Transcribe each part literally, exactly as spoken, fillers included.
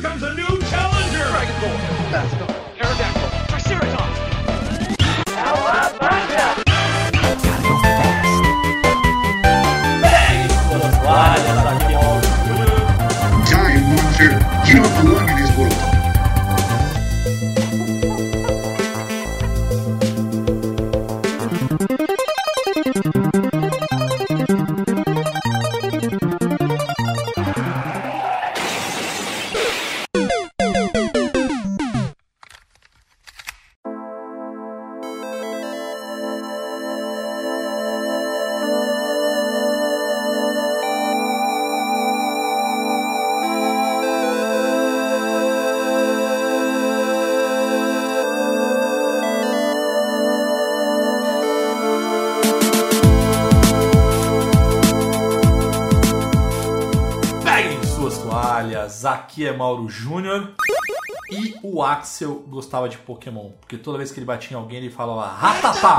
comes a new challenger! Dragon Ball! Let's go! Aerodactyl! Triceratops! Cowabunga! Gotta go fast! Bang! Olha, aqui é o... Giant monster, you don't belong in this world. Aqui é Mauro Júnior. E o Axel gostava de Pokémon, porque toda vez que ele batia em alguém ele falava ratatá.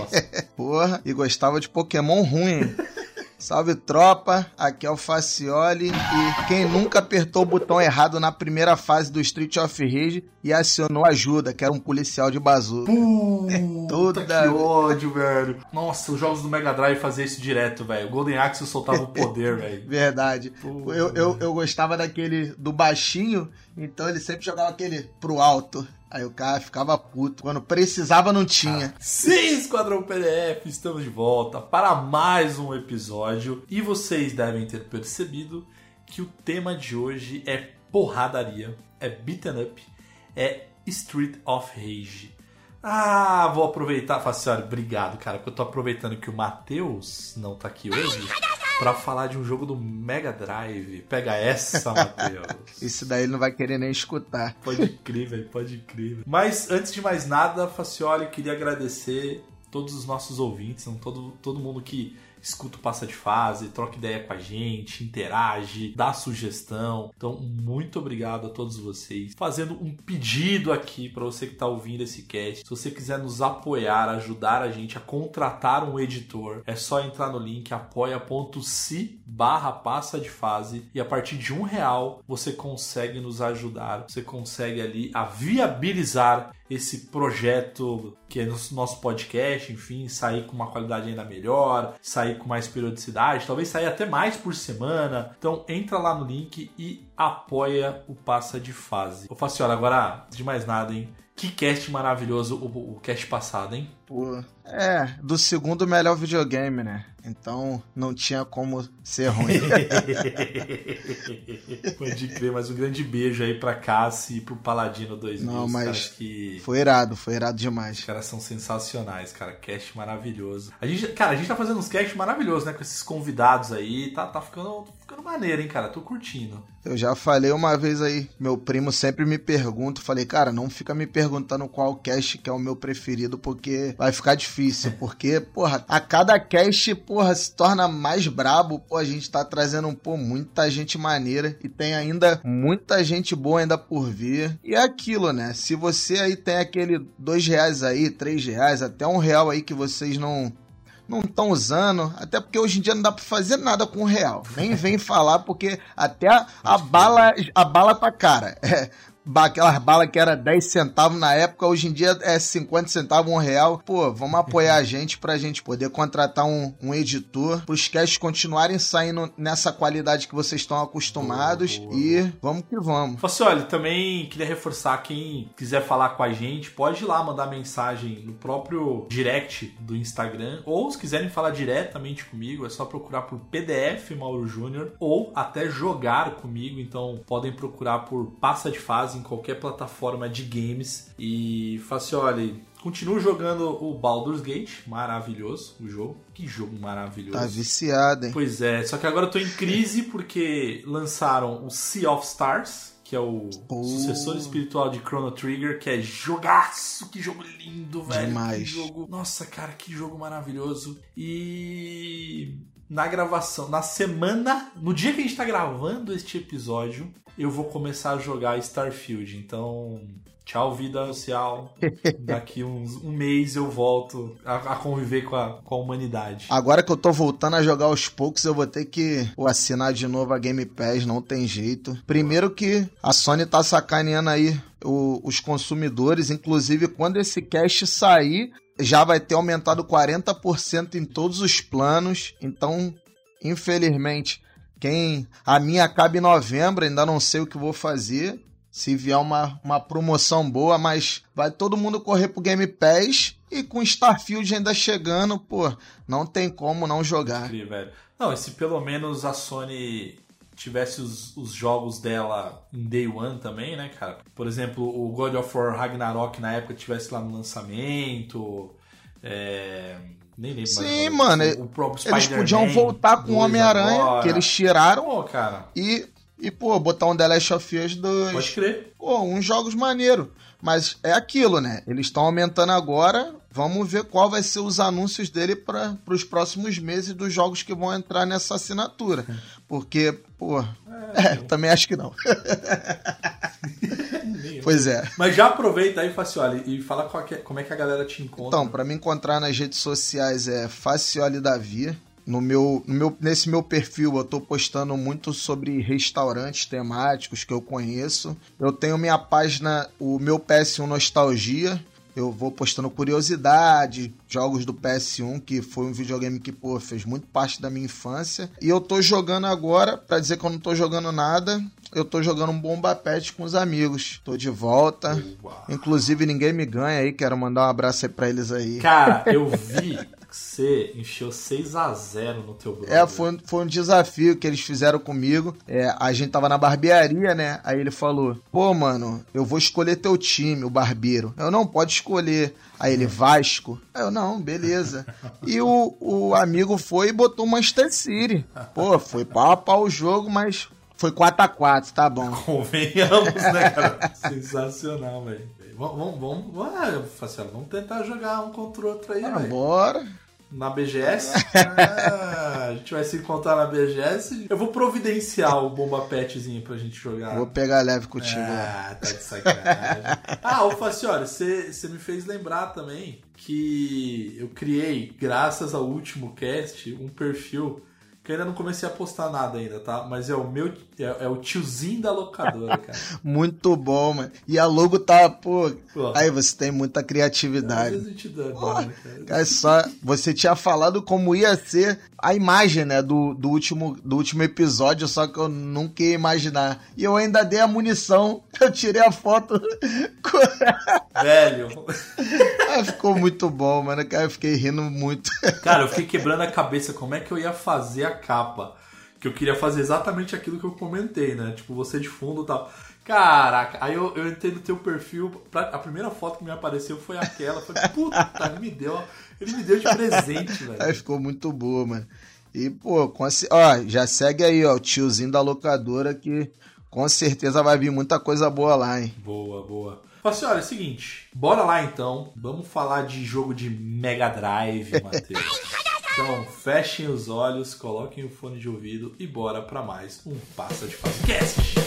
Porra, e gostava de Pokémon ruim. Salve tropa, aqui é o Facioli. E quem nunca apertou o botão errado na primeira fase do Street of Rage e acionou ajuda, que era um policial de bazuca. Puta, que ódio, velho. Nossa, os jogos do Mega Drive faziam isso direto, velho. O Golden Axe soltava o poder, velho. Verdade. Eu, eu, eu gostava daquele do baixinho, então ele sempre jogava aquele pro alto. Aí o cara ficava puto. Quando precisava, não tinha. Sim, Esquadrão P D F, estamos de volta para mais um episódio. E vocês devem ter percebido que o tema de hoje é porradaria, é beaten up, é Street of Rage. Ah, vou aproveitar, Facioli, obrigado, cara, porque eu tô aproveitando que o Matheus não tá aqui hoje pra falar de um jogo do Mega Drive. Pega essa, Matheus. Isso daí ele não vai querer nem escutar. Pode crer, velho, pode crer. Mas antes de mais nada, Facioli, queria agradecer todos os nossos ouvintes, todo, todo mundo que escuta o Passa de Fase, troca ideia com a gente, interage, dá sugestão. Então, muito obrigado a todos vocês. Fazendo um pedido aqui para você que está ouvindo esse cast. Se você quiser nos apoiar, ajudar a gente a contratar um editor, é só entrar no link apoia.se barra Passa de Fase e a partir de um real você consegue nos ajudar. Você consegue ali a viabilizar esse projeto que é nosso, nosso podcast, enfim, sair com uma qualidade ainda melhor, sair com mais periodicidade, talvez sair até mais por semana. Então entra lá no link e apoia o Passa de Fase. Ô Facioli, agora, de mais nada, hein? Que cast maravilhoso o, o cast passado, hein? Pô, é, do segundo melhor videogame, né? Então não tinha como ser ruim. Pode crer, mas um grande beijo aí pra Cassi e pro Paladino dois mil. Não, mas caras que... foi irado, foi irado demais. Os caras são sensacionais, cara. Cast maravilhoso. A gente, cara, a gente tá fazendo uns cast maravilhosos, né? Com esses convidados aí. Tá, tá ficando, ficando maneiro, hein, cara? Tô curtindo. Eu já falei uma vez aí, meu primo sempre me pergunta, falei, cara, não fica me perguntando qual cast que é o meu preferido, porque vai ficar difícil, porque, porra, a cada cast, porra, se torna mais brabo, pô, a gente tá trazendo, pô, muita gente maneira e tem ainda muita gente boa ainda por vir. E é aquilo, né, se você aí tem aquele dois reais aí, três reais, até um real aí que vocês não... não estão usando, até porque hoje em dia não dá pra fazer nada com real. Nem vem falar, porque até a, a bala a bala tá cara. É, aquelas balas que era dez centavos na época, hoje em dia é cinquenta centavos, um real. Pô, vamos apoiar a gente pra gente poder contratar um, um editor, pros casts continuarem saindo nessa qualidade que vocês estão acostumados. Boa, boa. E vamos que vamos. Facioli, também queria reforçar, quem quiser falar com a gente, pode ir lá mandar mensagem no próprio direct do Instagram, ou se quiserem falar diretamente comigo, é só procurar por P D F Mauro Júnior, ou até jogar comigo, então podem procurar por Passa de Fase em qualquer plataforma de games. E Facioli, continuo jogando o Baldur's Gate, maravilhoso o jogo, que jogo maravilhoso. Tá viciado, hein? Pois é, só que agora eu tô em crise porque lançaram o Sea of Stars, que é o oh. sucessor espiritual de Chrono Trigger, que é jogaço, que jogo lindo, velho. Demais. Que jogo... Nossa, cara, que jogo maravilhoso. E... na gravação, na semana, no dia que a gente tá gravando este episódio, eu vou começar a jogar Starfield. Então, tchau, vida social. Daqui uns, um mês eu volto a, a conviver com a, com a humanidade. Agora que eu tô voltando a jogar aos poucos, eu vou ter que pô, assinar de novo a Game Pass, não tem jeito. Primeiro que a Sony tá sacaneando aí o, os consumidores, inclusive quando esse cast sair, já vai ter aumentado quarenta por cento em todos os planos. Então, infelizmente, quem a minha acaba em novembro, ainda não sei o que vou fazer. Se vier uma, uma promoção boa, mas vai todo mundo correr pro Game Pass e com Starfield ainda chegando, pô, não tem como não jogar. Incrível, velho. Não, e se pelo menos a Sony tivesse os, os jogos dela em Day One também, né, cara? Por exemplo, o God of War Ragnarok na época tivesse lá no lançamento. É... Nem lembro. Sim, mais, mano. o, o próprio eles Spider-Man podiam voltar com o Homem-Aranha, agora. que eles tiraram. Pô, cara. E, e, pô, botar um The Last of Us dois. Pode crer. Pô, uns jogos maneiros. Mas é aquilo, né? Eles estão aumentando agora. Vamos ver qual vai ser os anúncios dele para os próximos meses dos jogos que vão entrar nessa assinatura. Porque, pô, é, é também acho que não. Pois é. Mas já aproveita aí, Facioli, e fala qual que é, como é que a galera te encontra. Então, para me encontrar nas redes sociais é Facioli Davi. No meu, no meu, nesse meu perfil eu tô postando muito sobre restaurantes temáticos que eu conheço. Eu tenho minha página, o meu P S um Nostalgia. Eu vou postando curiosidade, jogos do P S um, que foi um videogame que, pô, fez muito parte da minha infância. E eu tô jogando agora, pra dizer que eu não tô jogando nada, eu tô jogando um Bomba Pet com os amigos. Tô de volta. Uau. Inclusive, ninguém me ganha aí, quero mandar um abraço aí pra eles aí. Cara, eu vi que você encheu seis a zero no teu blog. É, foi, foi um desafio que eles fizeram comigo. É, a gente tava na barbearia, né? Aí ele falou, pô, mano, eu vou escolher teu time, o barbeiro. Eu, não, pode escolher. Aí ele, Vasco. Aí eu, não, beleza. E o, o amigo foi e botou Manchester City. Pô, foi pau a pau o jogo, mas foi quatro a quatro, tá bom. Convenhamos, né, cara? Sensacional, velho. Vamos, vamos, vamos, ah, Faciano, vamos tentar jogar um contra o outro aí, ah, velho. Bora. Na B G S? Ah, a gente vai se encontrar na B G S. Eu vou providenciar o Bomba Petzinho pra gente jogar. Vou pegar leve contigo. Ah, tá de sacanagem. Ah, ô Facioli, você me fez lembrar também que eu criei, graças ao último cast, um perfil que eu ainda não comecei a postar nada ainda, tá? Mas é o meu, é, é o tiozinho da locadora, cara. Muito bom, mano. E a logo tá, pô... pô. Aí você tem muita criatividade. Às vezes eu te dou agora, né, cara? Cara, só... Você tinha falado como ia ser a imagem, né, do, do, último, do último episódio, só que eu nunca ia imaginar. E eu ainda dei a munição, eu tirei a foto. Velho. Ah, ficou muito bom, mano. Cara, eu fiquei rindo muito. Cara, eu fiquei quebrando a cabeça como é que eu ia fazer a capa. Que eu queria fazer exatamente aquilo que eu comentei, né? Tipo, você de fundo e tal. Caraca, aí eu, eu entrei no teu perfil. Pra, a primeira foto que me apareceu foi aquela. Falei, puta, ele me deu, ele me deu de presente, velho. Aí ficou muito boa, mano. E, pô, com, ó, já segue aí, ó, o tiozinho da locadora que com certeza vai vir muita coisa boa lá, hein? Boa, boa. Facioli, é o seguinte, bora lá então. Vamos falar de jogo de Mega Drive, Matheus. Então, fechem os olhos, coloquem o fone de ouvido e bora pra mais um Passa de Fase Cast.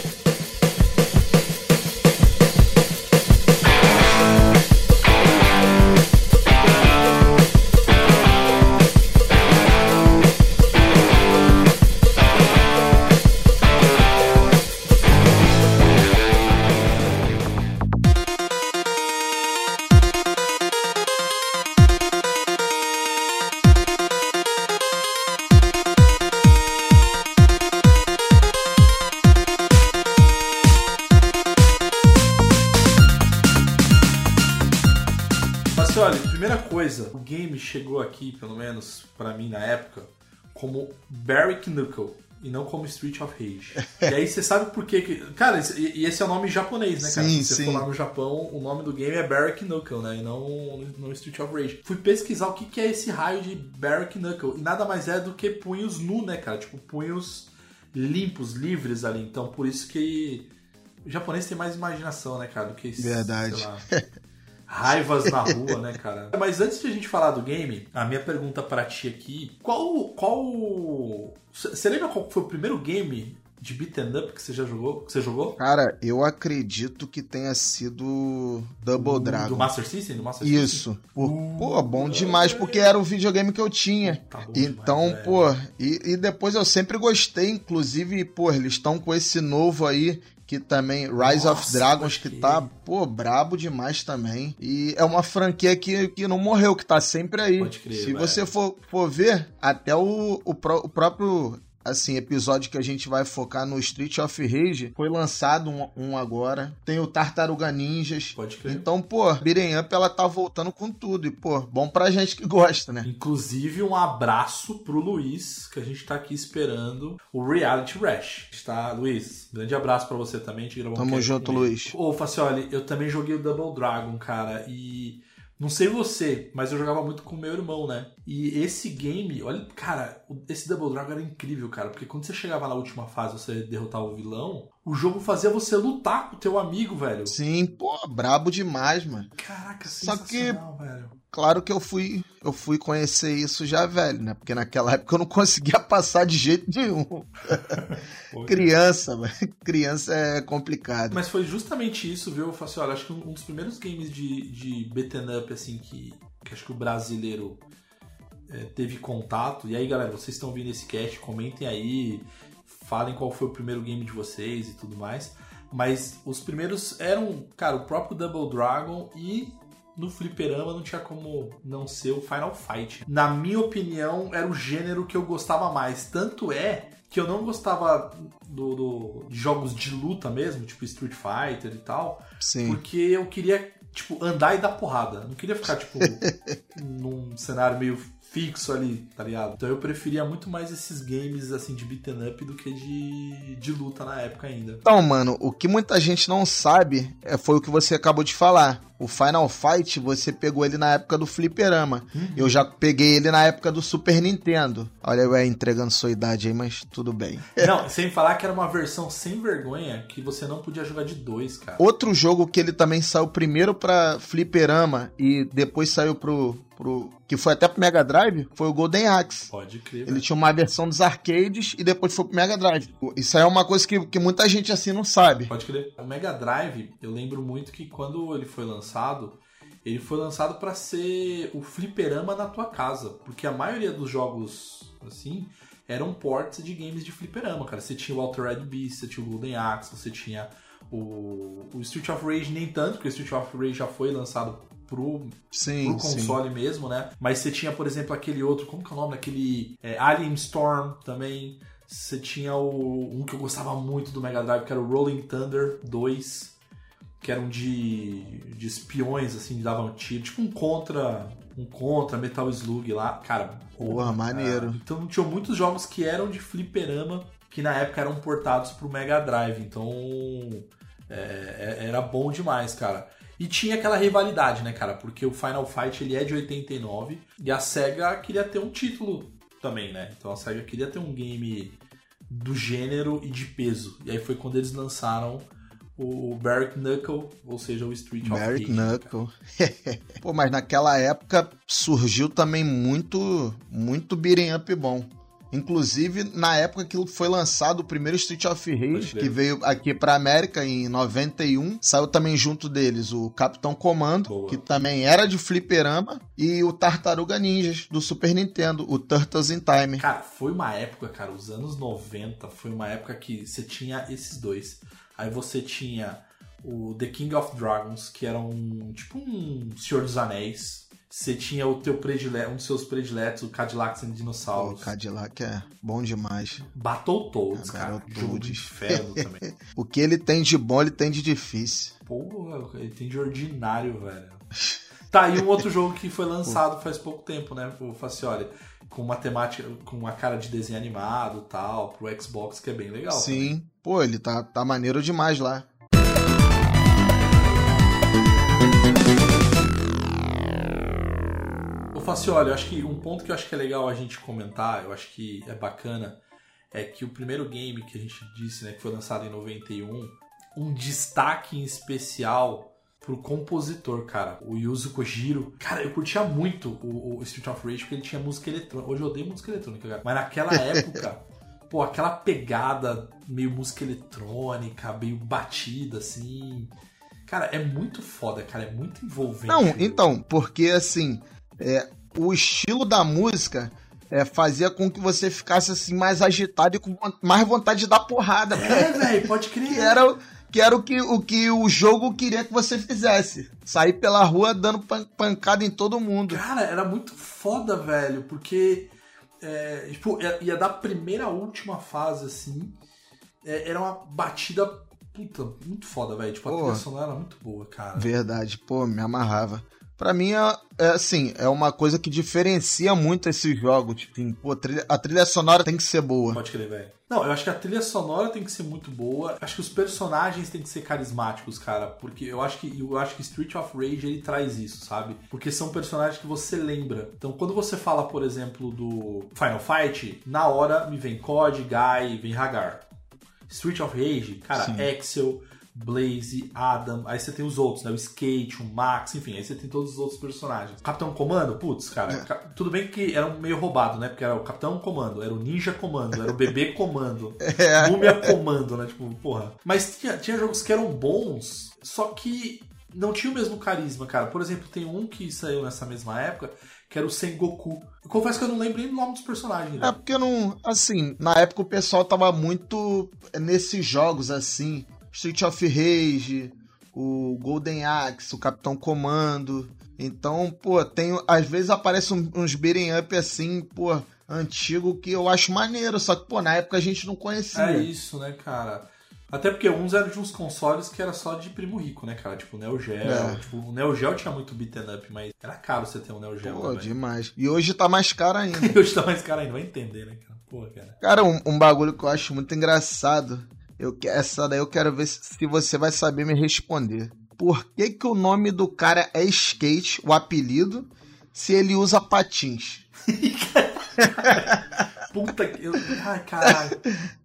O game chegou aqui, pelo menos pra mim na época, como Barrack Knuckle e não como Street of Rage. E aí você sabe por quê que... Cara, e esse é o nome japonês, né, cara? Sim, Se você sim. for lá no Japão, o nome do game é Barrack Knuckle, né? E não, não Street of Rage. Fui pesquisar o que, que é esse raio de Barrack Knuckle. E nada mais é do que punhos nu, né, cara? Tipo, punhos limpos, livres ali. Então, por isso que o japonês tem mais imaginação, né, cara? Do que... Verdade. Sei lá... Raivas na rua, né, cara? Mas antes de a gente falar do game, a minha pergunta pra ti aqui, qual... qual... Você lembra qual foi o primeiro game de beat'em up que você já jogou? Que você jogou? Cara, eu acredito que tenha sido Double Dragon. Do Master System? Do Master System? Isso. Pô, uh, pô, bom demais, porque era o videogame que eu tinha. Tá bom então, demais, pô, e, e depois eu sempre gostei, inclusive, pô, eles estão com esse novo aí, que também, Rise Nossa, of Dragons, que tá, pô, brabo demais também. E é uma franquia que, que não morreu, que tá sempre aí. Pode crer, Se velho. você for, for ver, até o, o, pró- o próprio... assim, episódio que a gente vai focar no Street of Rage, foi lançado um, um agora. Tem o Tartaruga Ninjas. Pode crer. Então, pô, Beat'em Up, ela tá voltando com tudo. E, pô, bom pra gente que gosta, né? Inclusive, um abraço pro Luiz, que a gente tá aqui esperando o Reality Rush. Tá, Luiz? Grande abraço pra você também. Te gravamos Tamo aqui junto, comigo. Luiz. Ô, Facioli, eu também joguei o Double Dragon, cara, e... Não sei você, mas eu jogava muito com meu irmão, né? E esse game, olha, cara, esse Double Dragon era incrível, cara. Porque quando você chegava na última fase, você derrotava o vilão, o jogo fazia você lutar com o teu amigo, velho. Sim, pô, brabo demais, mano. Caraca, Só que, sensacional, velho. claro que eu fui, eu fui conhecer isso já velho, né? Porque naquela época eu não conseguia passar de jeito nenhum. Criança, velho. Criança é complicado. Mas foi justamente isso, viu? Eu falei assim, olha, acho que um dos primeiros games de, de beat'em up, assim, que, que acho que o brasileiro é, teve contato. E aí, galera, vocês estão ouvindo esse cast, comentem aí, falem qual foi o primeiro game de vocês e tudo mais. Mas os primeiros eram, cara, o próprio Double Dragon e no fliperama não tinha como não ser o Final Fight. Na minha opinião, era o gênero que eu gostava mais. Tanto é que eu não gostava do, do, de jogos de luta mesmo, tipo Street Fighter e tal. Sim. Porque eu queria, tipo, andar e dar porrada. Não queria ficar, tipo, num cenário meio fixo ali, tá ligado? Então eu preferia muito mais esses games, assim, de beat'em up do que de, de luta na época ainda. Então, mano, o que muita gente não sabe é, foi o que você acabou de falar. O Final Fight, você pegou ele na época do fliperama. Uhum. Eu já peguei ele na época do Super Nintendo. Olha, eu ia entregando sua idade aí, mas tudo bem. Não, sem falar que era uma versão sem vergonha que você não podia jogar de dois, cara. Outro jogo que ele também saiu primeiro pra fliperama e depois saiu pro... Pro, que foi até pro Mega Drive, foi o Golden Axe. Pode crer. Ele velho. tinha uma versão dos arcades e depois foi pro Mega Drive. Isso aí é uma coisa que, que muita gente assim não sabe. Pode crer. O Mega Drive, eu lembro muito que quando ele foi lançado, ele foi lançado pra ser o fliperama na tua casa. Porque a maioria dos jogos, assim, eram ports de games de fliperama, cara. Você tinha o Altered Beast, você tinha o Golden Axe, você tinha o, o Street of Rage, nem tanto, porque o Street of Rage já foi lançado pro, sim, pro console sim. mesmo, né? Mas você tinha, por exemplo, aquele outro, como que é o nome? Aquele é, Alien Storm também. Você tinha o, um que eu gostava muito do Mega Drive, que era o Rolling Thunder dois, que eram de, de espiões, assim, que davam tiro. Tipo um contra, um contra Metal Slug lá. Cara, porra, maneiro. Cara. Então tinha muitos jogos que eram de fliperama, que na época eram portados pro Mega Drive. Então é, era bom demais, cara. E tinha aquela rivalidade, né, cara? Porque o Final Fight, ele é de oitenta e nove e a SEGA queria ter um título também, né? Então a SEGA queria ter um game do gênero e de peso. E aí foi quando eles lançaram o Barrack Knuckle, ou seja, o Street of Rage. Barrack Knuckle. Pô, mas naquela época surgiu também muito, muito beat'em up bom. Inclusive, na época que foi lançado o primeiro Street of Rage, que veio aqui pra América em noventa e um, saiu também junto deles o Capitão Comando, Boa. que também era de fliperama, e o Tartaruga Ninjas, do Super Nintendo, o Turtles in Time. Cara, foi uma época, cara, os anos noventa, foi uma época que você tinha esses dois. Aí você tinha o The King of Dragons, que era um tipo um Senhor dos Anéis. Você tinha o teu predileto, um dos seus prediletos, o Cadillac and Dinossauros. O Cadillac é bom demais. Battletoads, é, cara. Jogo de inferno também. O que ele tem de bom, ele tem de difícil. Pô, ele tem de ordinário, velho. Tá, e um outro jogo que foi lançado faz pouco tempo, né, o Facioli, com uma temática, com uma cara de desenho animado e tal, pro Xbox, que é bem legal. Sim, também. Pô, ele tá, tá maneiro demais lá. Facioli, eu acho que um ponto que eu acho que é legal a gente comentar, eu acho que é bacana, é que o primeiro game que a gente disse, né, que foi lançado em noventa e um, um destaque em especial pro compositor, cara, o Yuzo Kojiro. Cara, eu curtia muito o, o Street of Rage porque ele tinha música eletrônica. Hoje eu odeio música eletrônica, cara. Mas naquela época, pô, aquela pegada meio música eletrônica, meio batida, assim... Cara, é muito foda, cara, é muito envolvente. Não, então, porque assim, é, o estilo da música é, fazia com que você ficasse assim mais agitado e com mais vontade de dar porrada. É, velho, pode crer. Que era, que, era o, que, o que o jogo queria que você fizesse. Sair pela rua dando pan- pancada em todo mundo. Cara, era muito foda, velho, porque é, tipo, ia da primeira à última fase, assim, é, era uma batida... Puta, muito foda, velho. Tipo, a trilha sonora era muito boa, cara. Verdade, pô, me amarrava. Pra mim, é, é assim, é uma coisa que diferencia muito esses jogos. Tipo, assim, pô, trilha, a trilha sonora tem que ser boa. Pode crer, velho. Não, eu acho que a trilha sonora tem que ser muito boa. Acho que os personagens têm que ser carismáticos, cara. Porque eu acho que eu acho que Street of Rage, ele traz isso, sabe? Porque são personagens que você lembra. Então, quando você fala, por exemplo, do Final Fight, na hora me vem C O D, Guy, vem Hagar. Street of Rage, cara, Sim. Axel, Blaze, Adam, aí você tem os outros, né? O Skate, o Max, enfim, aí você tem todos os outros personagens. Capitão Comando, putz, cara, é. tudo bem que era meio roubado, né? Porque era o Capitão Comando, era o Ninja Comando, era o Bebê Comando, é. Múmia Comando, né? Tipo, porra. Mas tinha, tinha jogos que eram bons, só que não tinha o mesmo carisma, cara. Por exemplo, tem um que saiu nessa mesma época, que era o Sengoku. Eu confesso que eu não lembro nem o nome dos personagens. Né? É porque não... Assim, na época o pessoal tava muito nesses jogos, assim. Street of Rage, o Golden Axe, o Capitão Comando. Então, pô, tem... Às vezes aparecem uns beating up, assim, pô, antigo, que eu acho maneiro. Só que, pô, na época a gente não conhecia. É isso, né, cara? Até porque uns eram de uns consoles que era só de primo rico, né, cara? Tipo, o Neo Geo. É. Tipo, o Neo Geo tinha muito beaten up, mas era caro você ter um Neo Geo. Pô, né, demais. E hoje tá mais caro ainda. E hoje tá mais caro ainda, vai entender, né, cara? Pô, cara. Cara, um, um bagulho que eu acho muito engraçado. Eu, essa daí eu quero ver se, se você vai saber me responder. Por que que o nome do cara é Skate, o apelido, se ele usa patins? Puta que... Ai, caralho.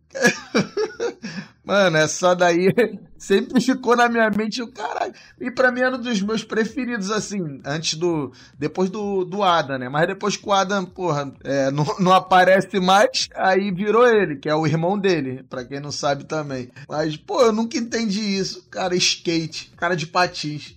Mano, essa daí sempre ficou na minha mente, o caralho. E pra mim era um dos meus preferidos, assim, antes do... Depois do, do Adam, né? Mas depois que o Adam, porra, é, não, não aparece mais, aí virou ele, que é o irmão dele, pra quem não sabe também. Mas, pô, eu nunca entendi isso. Cara, skate, cara de patins.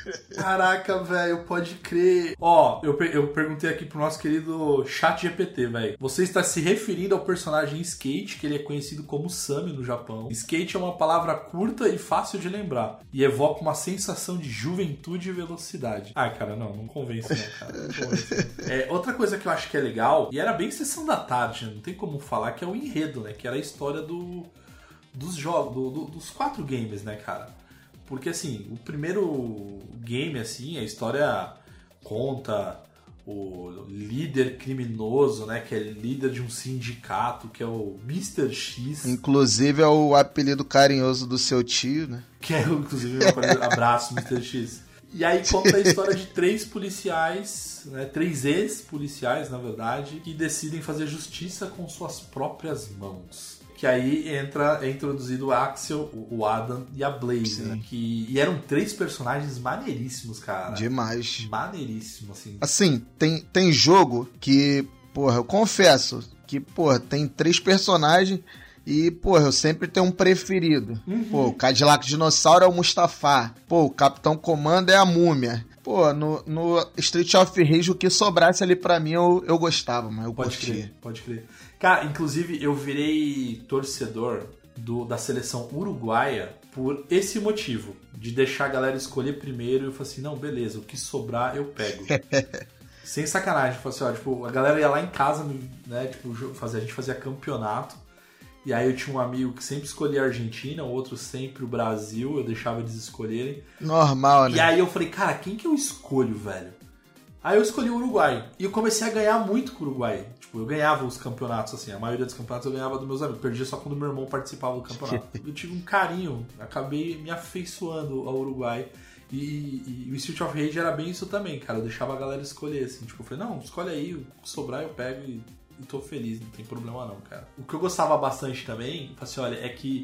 Caraca, velho, pode crer. Ó, eu, eu perguntei aqui pro nosso querido Chat G P T, velho. Você está se referindo ao personagem Skate, que ele é conhecido como Sami no Japão. Skate é uma palavra curta e fácil de lembrar, e evoca uma sensação de juventude e velocidade. Ah, cara, não, não convence não, cara. Não convence, não. É, outra coisa que eu acho que é legal, e era bem sessão da tarde, né? Não tem como falar, que é o enredo, né? Que era a história do, dos jogos, do, do, dos quatro games, né, cara? Porque, assim, o primeiro game, assim, a história conta o líder criminoso, né, que é líder de um sindicato, que é o mister X. Inclusive é o apelido carinhoso do seu tio, né? Que é, inclusive, meu abraço, mister X. E aí conta a história de três policiais, né, três ex-policiais, na verdade, que decidem fazer justiça com suas próprias mãos. Que aí entra, é introduzido o Axel, o Adam e a Blaze, né? Que, e eram três personagens maneiríssimos, cara. Demais. Maneiríssimo, assim. Assim, tem, tem jogo que, porra, eu confesso que, porra, tem três personagens e, porra, eu sempre tenho um preferido. Uhum. Pô, o Cadillac Dinossauro é o Mustafa. Pô, o Capitão Comando é a Múmia. Pô, no, no Street of Rage, o que sobrasse ali pra mim, eu, eu gostava, mas eu pode curtia. Crer, pode crer. Cara, inclusive, eu virei torcedor do, da seleção uruguaia por esse motivo, de deixar a galera escolher primeiro e eu falei assim, não, beleza, o que sobrar eu pego. Sem sacanagem, eu falei assim, ó, tipo, a galera ia lá em casa, né, tipo, fazer, a gente fazia campeonato, e aí eu tinha um amigo que sempre escolhia a Argentina, o outro sempre o Brasil, eu deixava eles escolherem. Normal, né? E aí eu falei, cara, quem que eu escolho, velho? Aí eu escolhi o Uruguai. E eu comecei a ganhar muito com o Uruguai. Tipo, eu ganhava os campeonatos, assim. A maioria dos campeonatos eu ganhava dos meus amigos. Perdia só quando meu irmão participava do campeonato. Eu tive um carinho. Acabei me afeiçoando ao Uruguai. E, e, e o Street of Rage era bem isso também, cara. Eu deixava a galera escolher, assim. Tipo, eu falei, não, escolhe aí. O que sobrar eu pego e, e tô feliz. Não tem problema não, cara. O que eu gostava bastante também, assim, olha, é que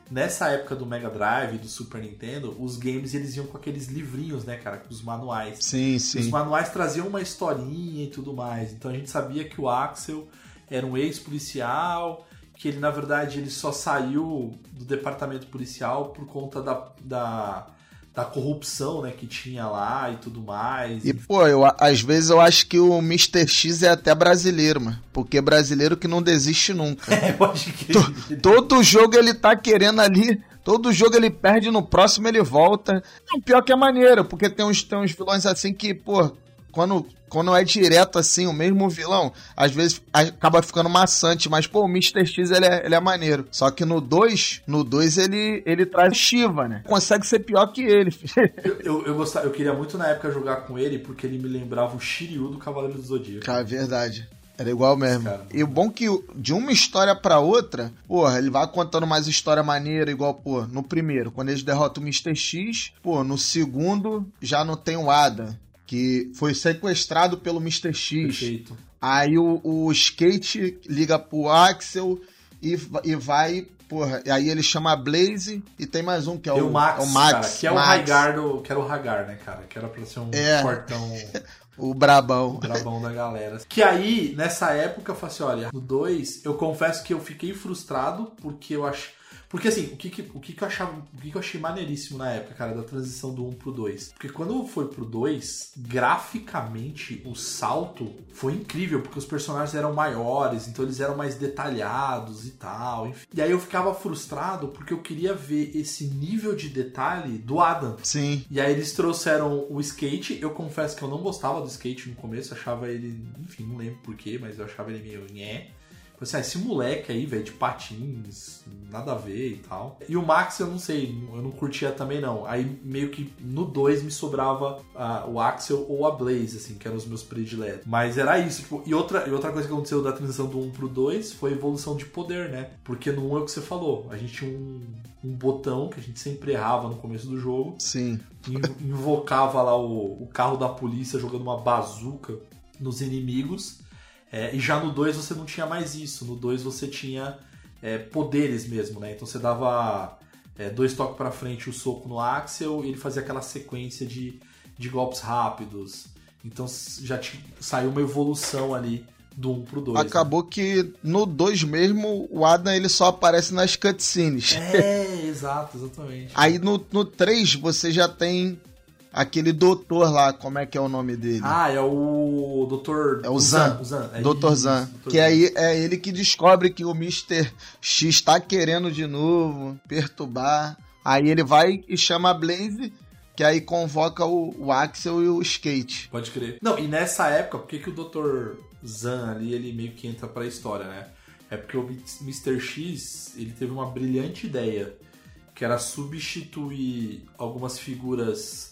nessa época do Mega Drive e do Super Nintendo, os games eles iam com aqueles livrinhos, né, cara, com os manuais. Sim, sim. Os manuais traziam uma historinha e tudo mais. Então a gente sabia que o Axel era um ex-policial, que ele, na verdade, ele só saiu do departamento policial por conta da... da da corrupção, né, que tinha lá e tudo mais. E, pô, eu, às vezes eu acho que o mister X é até brasileiro, mano. Porque é brasileiro que não desiste nunca. É, eu acho que... To, todo jogo ele tá querendo ali... Todo jogo ele perde, no próximo ele volta. O pior que é maneiro, porque tem uns, tem uns vilões assim que, pô... Quando, quando é direto assim, o mesmo vilão, às vezes acaba ficando maçante, mas pô, o mister X ele é, ele é maneiro. Só que no dois, no dois ele, ele traz Shiva, né? Consegue ser pior que ele. eu, eu, eu, gostava, eu queria muito na época jogar com ele, porque ele me lembrava o Shiryu do Cavaleiro do Zodíaco. Cara, verdade. Era igual mesmo. Cara, e o bom que de uma história pra outra, porra, ele vai contando mais história maneira, igual, pô, no primeiro, quando eles derrotam o mister X, pô, no segundo já não tem o Ada, que foi sequestrado pelo mister X. Perfeito. Aí o, o Skate liga pro Axel e, e vai, porra, e aí ele chama a Blaze e tem mais um que é o, o Max, é o Max, cara, que é Max. o Hagar do, que era o Hagar, né, cara, que era pra ser um é. fortão... O brabão. O brabão da galera. Que aí, nessa época, eu falei assim, olha, no dois, eu confesso que eu fiquei frustrado, porque eu acho... Porque assim, o que, que, o que, que eu achava, o que, que eu achei maneiríssimo na época, cara, da transição do um pro dois. Porque quando foi pro dois, graficamente, o salto foi incrível, porque os personagens eram maiores, então eles eram mais detalhados e tal, enfim. E aí eu ficava frustrado, porque eu queria ver esse nível de detalhe do Adam. Sim. E aí eles trouxeram o Skate, eu confesso que eu não gostava do Skate no começo, achava ele, enfim, não lembro porquê, mas eu achava ele meio nhé. Assim, ah, esse moleque aí, velho, de patins, nada a ver e tal. E o Max, eu não sei, eu não curtia também não. Aí meio que no dois me sobrava uh, o Axel ou a Blaze, assim, que eram os meus prediletos. Mas era isso, tipo, e outra, e outra coisa que aconteceu da transição do um pro dois foi a evolução de poder, né? Porque no um é o que você falou, a gente tinha um, um botão que a gente sempre errava no começo do jogo. Sim. Invocava lá o, o carro da polícia jogando uma bazuca nos inimigos. É, e já no dois você não tinha mais isso. No dois você tinha é, poderes mesmo, né? Então você dava é, dois toques pra frente, o soco no Axel, e ele fazia aquela sequência de, de golpes rápidos. Então já te, saiu uma evolução ali do um pro dois. Acabou né? que no dois mesmo, o Adam ele só aparece nas cutscenes. É, exato, exatamente. Aí no, no três você já tem... Aquele doutor lá, como é que é o nome dele? Ah, é o doutor... É o Zan. Zan. É doutor isso, Zan. doutor que Zan. aí é ele que descobre que o mister X tá querendo de novo perturbar. Aí ele vai e chama a Blaze, que aí convoca o, o Axel e o Skate. Pode crer. Não, e nessa época, por que, que o doutor Zan ali, ele meio que entra pra história, né? É porque o mister X, ele teve uma brilhante ideia, que era substituir algumas figuras...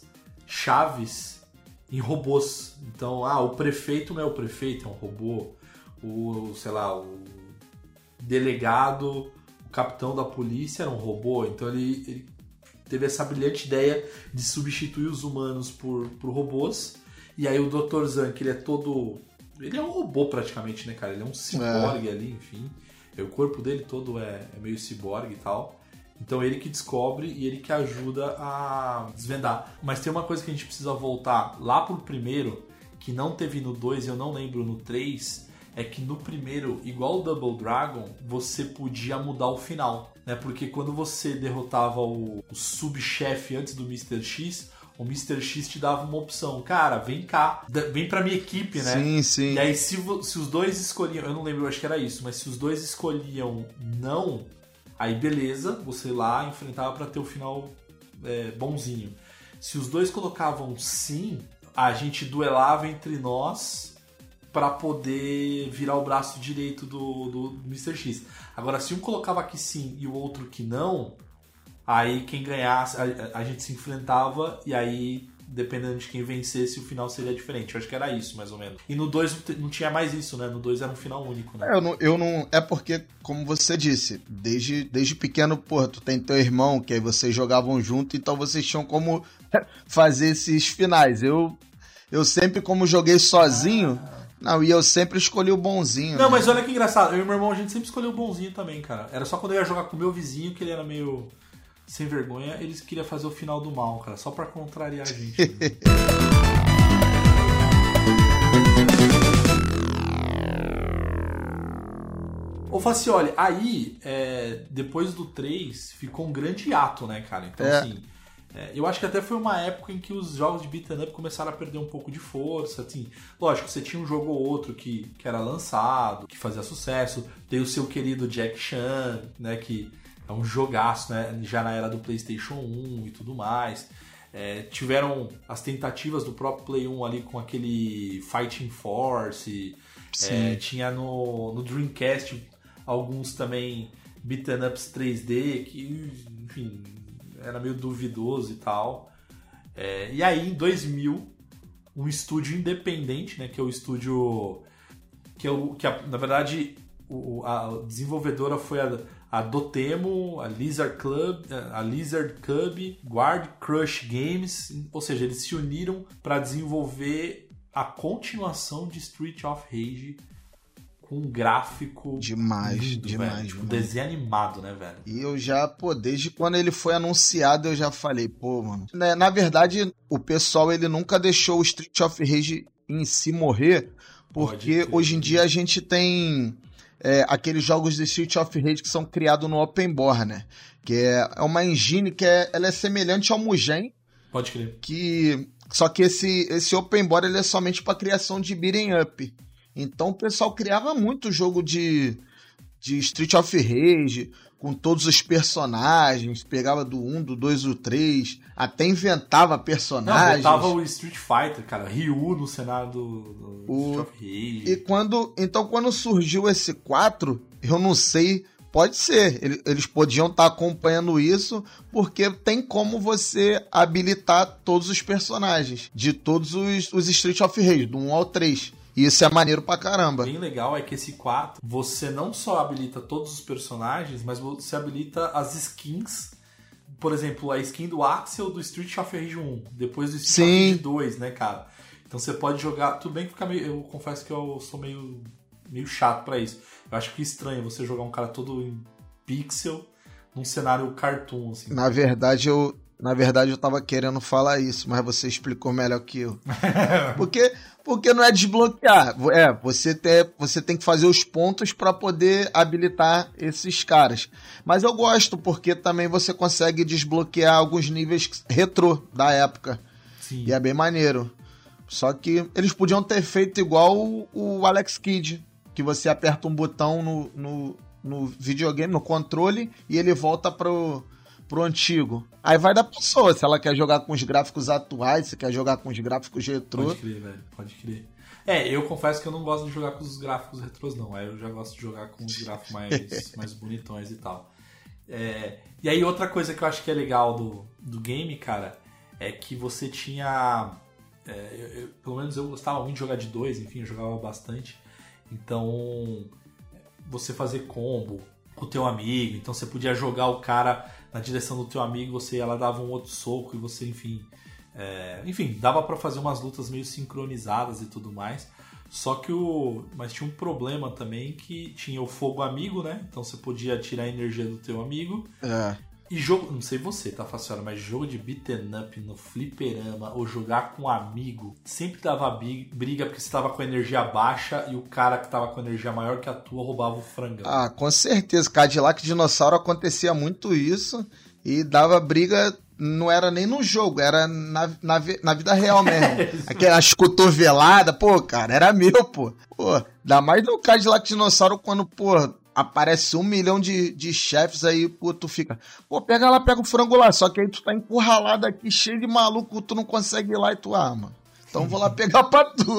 chaves em robôs. Então, ah, o prefeito não é o prefeito, é um robô. O, sei lá, o delegado, o capitão da polícia era um robô. Então ele, ele teve essa brilhante ideia de substituir os humanos por, por robôs. E aí o doutor Zan, que ele é todo... Ele é um robô praticamente, né, cara? Ele é um ciborgue é. ali, enfim. O corpo dele todo é, é meio ciborgue e tal. Então ele que descobre e ele que ajuda a desvendar. Mas tem uma coisa que a gente precisa voltar lá pro primeiro, que não teve no dois e eu não lembro no três, é que no primeiro, igual o Double Dragon, você podia mudar o final, né? Porque quando você derrotava o, o subchefe antes do mister X, o mister X te dava uma opção. Cara, vem cá, vem pra minha equipe, né? Sim, sim. E aí se, se os dois escolhiam, eu não lembro, eu acho que era isso, mas se os dois escolhiam não... Aí beleza, você lá enfrentava pra ter o final é, bonzinho. Se os dois colocavam sim, a gente duelava entre nós pra poder virar o braço direito do, do mister X. Agora, se um colocava que sim e o outro que não, aí quem ganhasse, a, a gente se enfrentava e aí... dependendo de quem vencesse, o final seria diferente. Eu acho que era isso, mais ou menos. E no dois não tinha mais isso, né? No dois era um final único, né? É, eu não, eu não... É porque, como você disse, desde, desde pequeno, pô, tu tem teu irmão, que aí vocês jogavam junto, então vocês tinham como fazer esses finais. Eu, eu sempre, como joguei sozinho, Não, e eu sempre escolhi o bonzinho. Não, né? mas olha que engraçado. Eu e meu irmão, a gente sempre escolheu o bonzinho também, cara. Era só quando eu ia jogar com o meu vizinho, que ele era meio sem vergonha, eles queriam fazer o final do mal, cara. Só pra contrariar a gente. Né? Ô Facioli, aí, é, depois do três, ficou um grande hiato, né, cara? Então, É. assim, é, eu acho que até foi uma época em que os jogos de beat'em up começaram a perder um pouco de força, assim. Lógico, você tinha um jogo ou outro que, que era lançado, que fazia sucesso. Tem o seu querido Jack Chan, né, que é um jogaço, né, já na era do PlayStation um e tudo mais. É, tiveram as tentativas do próprio Play um ali com aquele Fighting Force. É, tinha no, no Dreamcast alguns também beat'em ups três D que, enfim, era meio duvidoso e tal. É, e aí, em dois mil, um estúdio independente, né, que é o estúdio que, é o, que a, na verdade o, a desenvolvedora foi a, a Dotemu, a Lizard Club, a Lizard Cub, Guard Crush Games, ou seja, eles se uniram para desenvolver a continuação de Street of Rage com um gráfico Demais, lindo, demais, velho. Tipo, demais. desenho animado, né, velho? E eu já, pô, desde quando ele foi anunciado, eu já falei, pô, mano. Né, Na verdade, o pessoal, ele nunca deixou o Street of Rage em si morrer, porque Pode crer. hoje em dia a gente tem é, aqueles jogos de Street of Rage que são criados no Open Board, né? Que é, é uma engine que é, ela é semelhante ao Mugen, Pode crer. que só que esse, esse Open Board ele é somente para criação de beat'em up. Então o pessoal criava muito jogo de, de Street of Rage, com todos os personagens, pegava do um, do dois, do três, até inventava Não, personagens. botava o Street Fighter, cara, Ryu no cenário do, do O- Street of Rage. E quando, então quando surgiu esse quatro, eu não sei, pode ser, ele- eles podiam estar acompanhando isso, porque tem como você habilitar todos os personagens, de todos os, os Street of Rage, do um ao três. E isso é maneiro pra caramba. Bem legal é que esse quatro, você não só habilita todos os personagens, mas você habilita as skins. Por exemplo, a skin do Axel do Street of Rage um, depois do Street Sim. of Rage dois, né, cara? Então você pode jogar... Tudo bem que fica meio... Eu confesso que eu sou meio, meio chato pra isso. Eu acho que é estranho você jogar um cara todo em pixel num cenário cartoon, assim. Na verdade, eu, na verdade, eu tava querendo falar isso, mas você explicou melhor que eu. Porque, porque não é desbloquear. É, você tem, você tem que fazer os pontos para poder habilitar esses caras. Mas eu gosto, porque também você consegue desbloquear alguns níveis retrô da época. Sim. E é bem maneiro. Só que eles podiam ter feito igual o, o Alex Kidd, que você aperta um botão no, no, no videogame, no controle, e ele volta pro, pro antigo. Aí vai da pessoa, se ela quer jogar com os gráficos atuais, se quer jogar com os gráficos retrô. Pode crer, velho. Pode crer. É, eu confesso que eu não gosto de jogar com os gráficos retrôs, não. Aí eu já gosto de jogar com os gráficos mais, mais bonitões e tal. É, e aí outra coisa que eu acho que é legal do, do game, cara, é que você tinha... É, eu- eu- pelo menos eu gostava muito de jogar de dois, enfim, eu jogava bastante. Então, você fazer combo com o teu amigo, então você podia jogar o cara na direção do teu amigo, você ela dava um outro soco e você, enfim... É, enfim, dava pra fazer umas lutas meio sincronizadas e tudo mais. Só que o... Mas tinha um problema também que tinha o fogo amigo, né? Então você podia tirar a energia do teu amigo. É. E jogo... Não sei você, tá, Faciora? Mas jogo de beat'em up no fliperama ou jogar com um amigo sempre dava bi- briga porque você tava com a energia baixa e o cara que tava com a energia maior que a tua roubava o frangão. Ah, com certeza. Cadillac Dinossauro acontecia muito isso e dava briga, não era nem no jogo, era na, na, vi- na vida real mesmo. Aquelas cotoveladas, pô, cara, era meu, pô. Pô, ainda mais no Cadillac Dinossauro quando, pô, aparece um milhão de, de chefes aí, pô, tu fica, pô, pega lá, pega o frango lá, só que aí tu tá encurralado aqui, cheio de maluco, tu não consegue ir lá e tu, ah, mano, então vou lá pegar pra tu.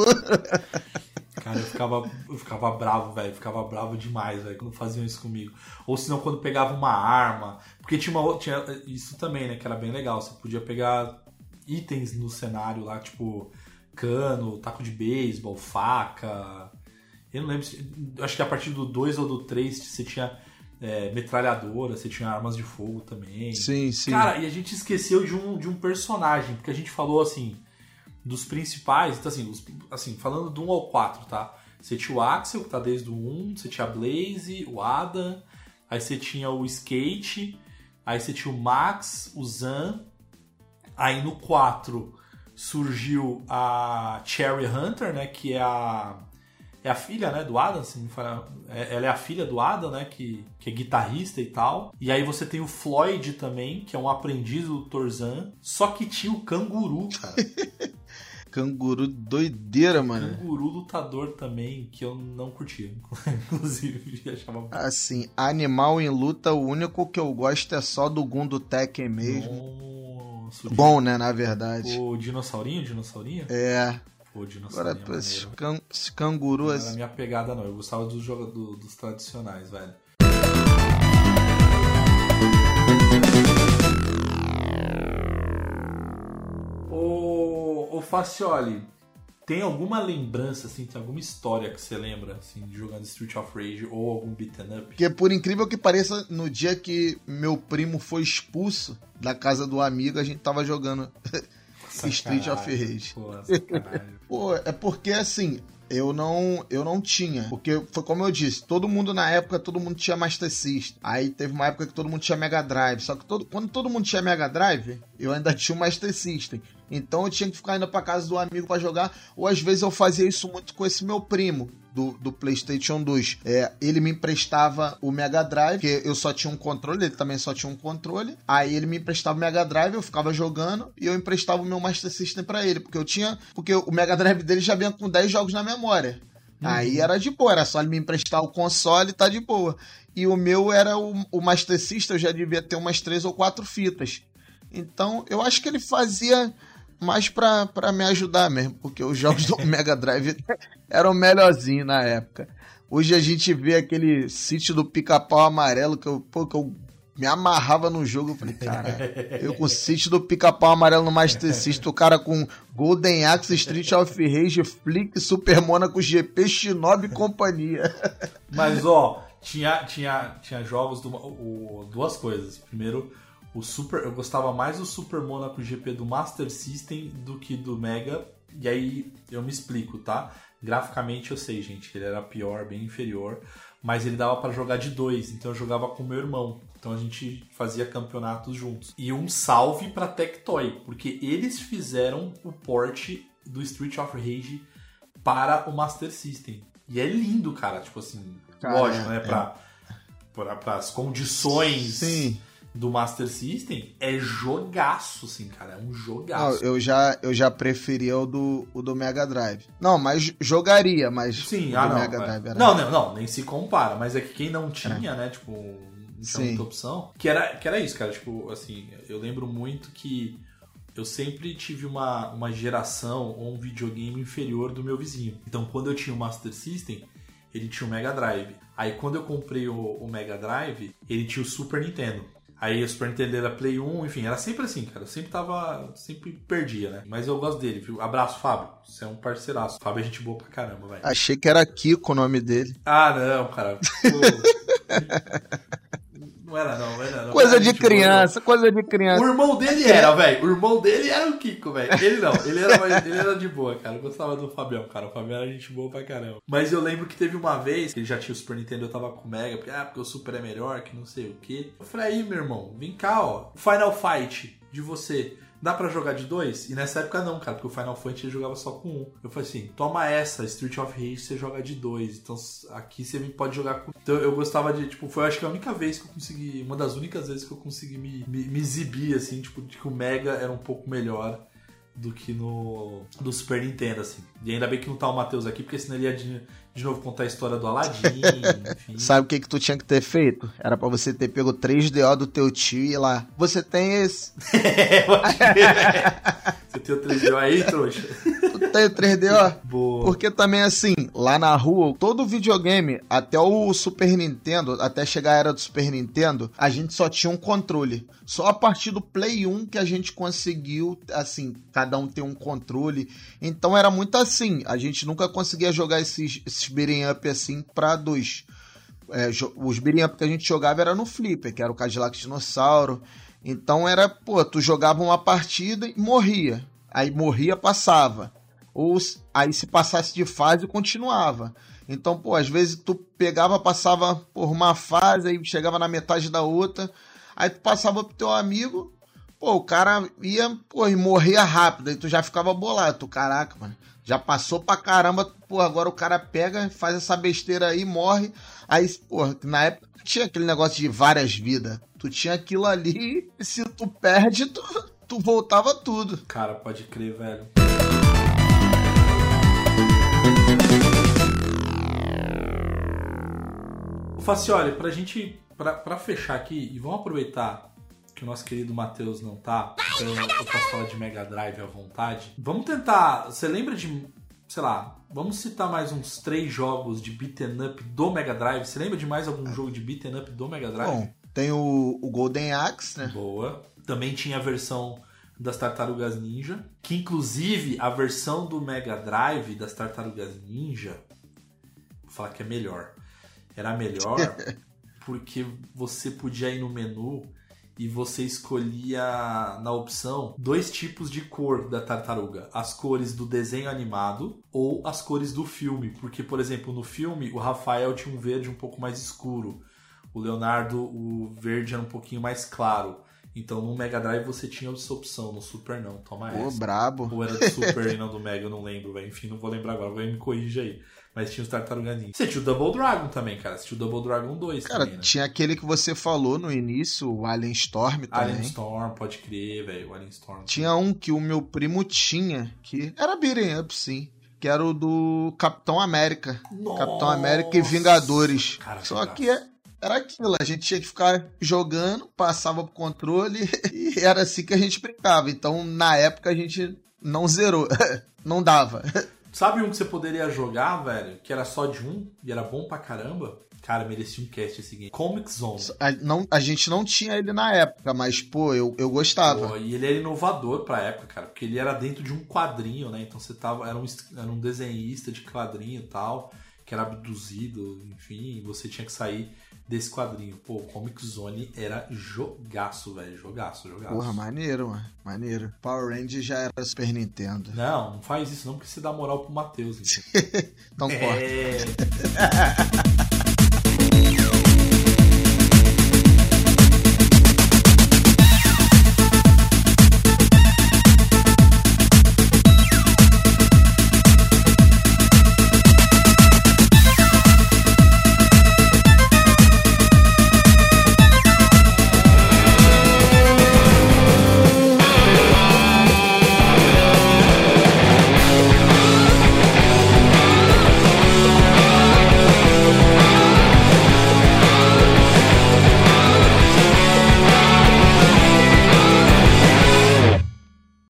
Cara, eu ficava, eu ficava bravo, velho. Ficava bravo demais, velho, quando faziam isso comigo. Ou senão quando pegava uma arma. Porque tinha, uma, outra- tinha isso também, né? Que era bem legal. Você podia pegar itens no cenário lá, tipo cano, taco de beisebol, faca. Eu não lembro. Se, acho que a partir do dois ou do três você tinha é, metralhadora, você tinha armas de fogo também. Sim, sim. Cara, e a gente esqueceu de um, de um personagem. Porque a gente falou assim... dos principais, então assim, os, assim, falando do um ao quatro, tá? Você tinha o Axel, que tá desde o um, você tinha a Blaze, o Adam, aí você tinha o Skate, aí você tinha o Max, o Zan, aí no quatro surgiu a Cherry Hunter, né, que é a, é a filha, né, do Adam, se não me fala, ela é a filha do Adam, né, que, que é guitarrista e tal. E aí você tem o Floyd também, que é um aprendiz do Tarzan, só que tinha o Canguru, cara. Canguru doideira, mano. Canguru lutador também, que eu não curtia. Inclusive, achava... Assim, animal em luta, o único que eu gosto é só do Gun do Tekken mesmo. Nossa, bom, né, na verdade. O dinossaurinho, dinossaurinho? É. Pô, dinossaurinho Agora, é esse, can, esse canguru... Não assim... era minha pegada, não. Eu gostava dos, joga... do, dos tradicionais, velho. Ô, Facioli, tem alguma lembrança, assim, tem alguma história que você lembra, assim, de jogando Street of Rage ou algum beat'em up? Porque, por incrível que pareça, no dia que meu primo foi expulso da casa do amigo, a gente tava jogando Street of Rage. Pô, Pô, é porque, assim... Eu não, eu não tinha, porque foi como eu disse, todo mundo na época, todo mundo tinha Master System, aí teve uma época que todo mundo tinha Mega Drive, só que todo, quando todo mundo tinha Mega Drive, eu ainda tinha o Master System, então eu tinha que ficar indo pra casa do amigo pra jogar, ou às vezes eu fazia isso muito com esse meu primo, do, do PlayStation dois, é, ele me emprestava o Mega Drive, porque eu só tinha um controle, ele também só tinha um controle, aí ele me emprestava o Mega Drive, eu ficava jogando, e eu emprestava o meu Master System pra ele, porque eu tinha, porque o Mega Drive dele já vinha com dez jogos na memória. Uhum. Aí era de boa, era só ele me emprestar o console e tá de boa. E o meu era o, o Master System, eu já devia ter umas três ou quatro fitas. Então, eu acho que ele fazia mais pra, pra me ajudar mesmo, porque os jogos do Mega Drive eram melhorzinhos na época. Hoje a gente vê aquele sítio do Pica-Pau Amarelo, que eu, pô, que eu me amarrava no jogo. Eu falei, cara, eu com o sítio do Pica-Pau Amarelo no Master System, o cara com Golden Axe, Street of Rage, Flick, Super Monaco, G P, Shinobi e companhia. Mas, ó, tinha, tinha, tinha jogos, do, o, duas coisas. Primeiro, o Super, eu gostava mais do Super Monaco G P do Master System do que do Mega. E aí eu me explico, tá? Graficamente eu sei, gente, que ele era pior, bem inferior. Mas ele dava pra jogar de dois, então eu jogava com meu irmão. Então a gente fazia campeonatos juntos. E um salve pra Tectoy, porque eles fizeram o port do Street of Rage para o Master System. E é lindo, cara, tipo assim, cara, lógico, é, né? Pra, é. pra, pras condições... Sim. Do Master System, é jogaço, assim, cara. É um jogaço. Não, eu já, eu já preferia o do, o do Mega Drive. Não, mas jogaria, mas Sim, o ah, do não, Mega é. Drive era... Não, não, não, nem se compara. Mas é que quem não tinha, é. né, tipo, não tinha muita opção. Que era, que era isso, cara. Tipo, assim, eu lembro muito que eu sempre tive uma, uma geração ou um videogame inferior do meu vizinho. Então, quando eu tinha o Master System, ele tinha o Mega Drive. Aí, quando eu comprei o, o Mega Drive, ele tinha o Super Nintendo. Aí o Super Nintendo era Play um, enfim, era sempre assim, cara. Eu sempre tava, sempre perdia, né? Mas eu gosto dele, viu? Abraço, Fábio. Você é um parceiraço. Fábio é gente boa pra caramba, velho. Achei que era Kiko o nome dele. Ah, não, cara. Pô. Não era não, não era não. Coisa Cara, de criança, boa, coisa de criança. O irmão dele era, velho. O irmão dele era o Kiko, velho. Ele não, ele era, mais, ele era de boa, cara. Eu gostava do Fabião, cara. O Fabião era gente boa pra caramba. Mas eu lembro que teve uma vez que ele já tinha o Super Nintendo, eu tava com o Mega, porque, ah, porque o Super é melhor, que não sei o quê. Eu falei, aí, meu irmão, vem cá, ó. Final Fight de você. Dá pra jogar de dois? E nessa época não, cara, porque o Final Fantasy ele jogava só com um. Eu falei assim, toma essa, Street of Rage você joga de dois. Então aqui você pode jogar com... Então eu gostava de, tipo, foi acho que a única vez que eu consegui, uma das únicas vezes que eu consegui me, me, me exibir, assim, tipo, de que o Mega era um pouco melhor do que no do Super Nintendo, assim. E ainda bem que não tá o Matheus aqui, porque senão ele ia de, de novo contar a história do Aladdin, enfim. Sabe o que que tu tinha que ter feito? Era pra você ter pego o três D O do teu tio e ir lá, você tem esse? Você tem o três D O aí, trouxa? Tu tem o três D O? Boa. Porque também, assim, lá na rua, todo videogame, até o Super Nintendo, até chegar a era do Super Nintendo, a gente só tinha um controle. Só a partir do Play um que a gente conseguiu, assim, cada um ter um controle. Então era muito assim, a gente nunca conseguia jogar esses, esses beat'em up assim pra dois. É, os beat'em up que a gente jogava era no Flipper, que era o Cadillac Dinossauro. Então era, pô, tu jogava uma partida e morria. aí morria, passava. Ou aí se passasse de fase, continuava. Então, pô, às vezes tu pegava, passava por uma fase, aí chegava na metade da outra, aí tu passava pro teu amigo, pô, o cara ia, pô, e morria rápido, aí tu já ficava bolado. Tu, caraca, mano, já passou pra caramba, pô, agora o cara pega, faz essa besteira aí, morre. Aí, pô, na época não tinha aquele negócio de várias vidas. Tu tinha aquilo ali, e se tu perde, tu, tu voltava tudo. Cara, pode crer, velho. Facioli, pra gente, pra, pra fechar aqui, e vamos aproveitar que o nosso querido Matheus não tá, então eu posso falar de Mega Drive à vontade. Vamos tentar, você lembra de, sei lá, vamos citar mais uns três jogos de beat'em up do Mega Drive? Você lembra de mais algum jogo de beat'em up do Mega Drive? Bom, tem o, o Golden Axe, né? Boa. Também tinha a versão das Tartarugas Ninja, que inclusive a versão do Mega Drive das Tartarugas Ninja, vou falar que é melhor. Era melhor porque você podia ir no menu e você escolhia na opção dois tipos de cor da tartaruga. As cores do desenho animado ou as cores do filme. Porque, por exemplo, no filme o Rafael tinha um verde um pouco mais escuro. O Leonardo, o verde era um pouquinho mais claro. Então no Mega Drive você tinha essa opção, no Super não, toma Pô, essa. brabo. Ou era do Super e não do Mega, eu não lembro, véio. Enfim, não vou lembrar agora, alguém me corrige aí. Mas tinha os Tartaruga Ninja. Você tinha o Double Dragon também, cara. Você tinha o Double Dragon dois cara, também, né? tinha aquele que você falou no início, o Alien Storm também. Alien Storm, pode crer, velho. Alien Storm. Tinha um que o meu primo tinha, que era beat'em up, sim. Que era o do Capitão América. Nossa. Capitão América e Vingadores. Cara, Só jogaço. que era aquilo, a gente tinha que ficar jogando, passava pro controle e era assim que a gente brincava. Então, na época, a gente não zerou. Não dava. Sabe um que você poderia jogar, velho? Que era só de um e era bom pra caramba? Cara, merecia um cast esse game. Comic Zone. A, não, a gente não tinha ele na época, mas, pô, eu, eu gostava. Pô, e ele era inovador pra época, cara. Porque ele era dentro de um quadrinho, né? Então você tava... Era um, era um desenhista de quadrinho e tal, que era abduzido, enfim. E você tinha que sair desse quadrinho. Pô, Comic Zone era jogaço, velho. Jogaço, jogaço. Porra, maneiro, mano. Maneiro. Power Rangers já era Super Nintendo. Não, não faz isso não, porque você dá moral pro Matheus. Então, então corta. É...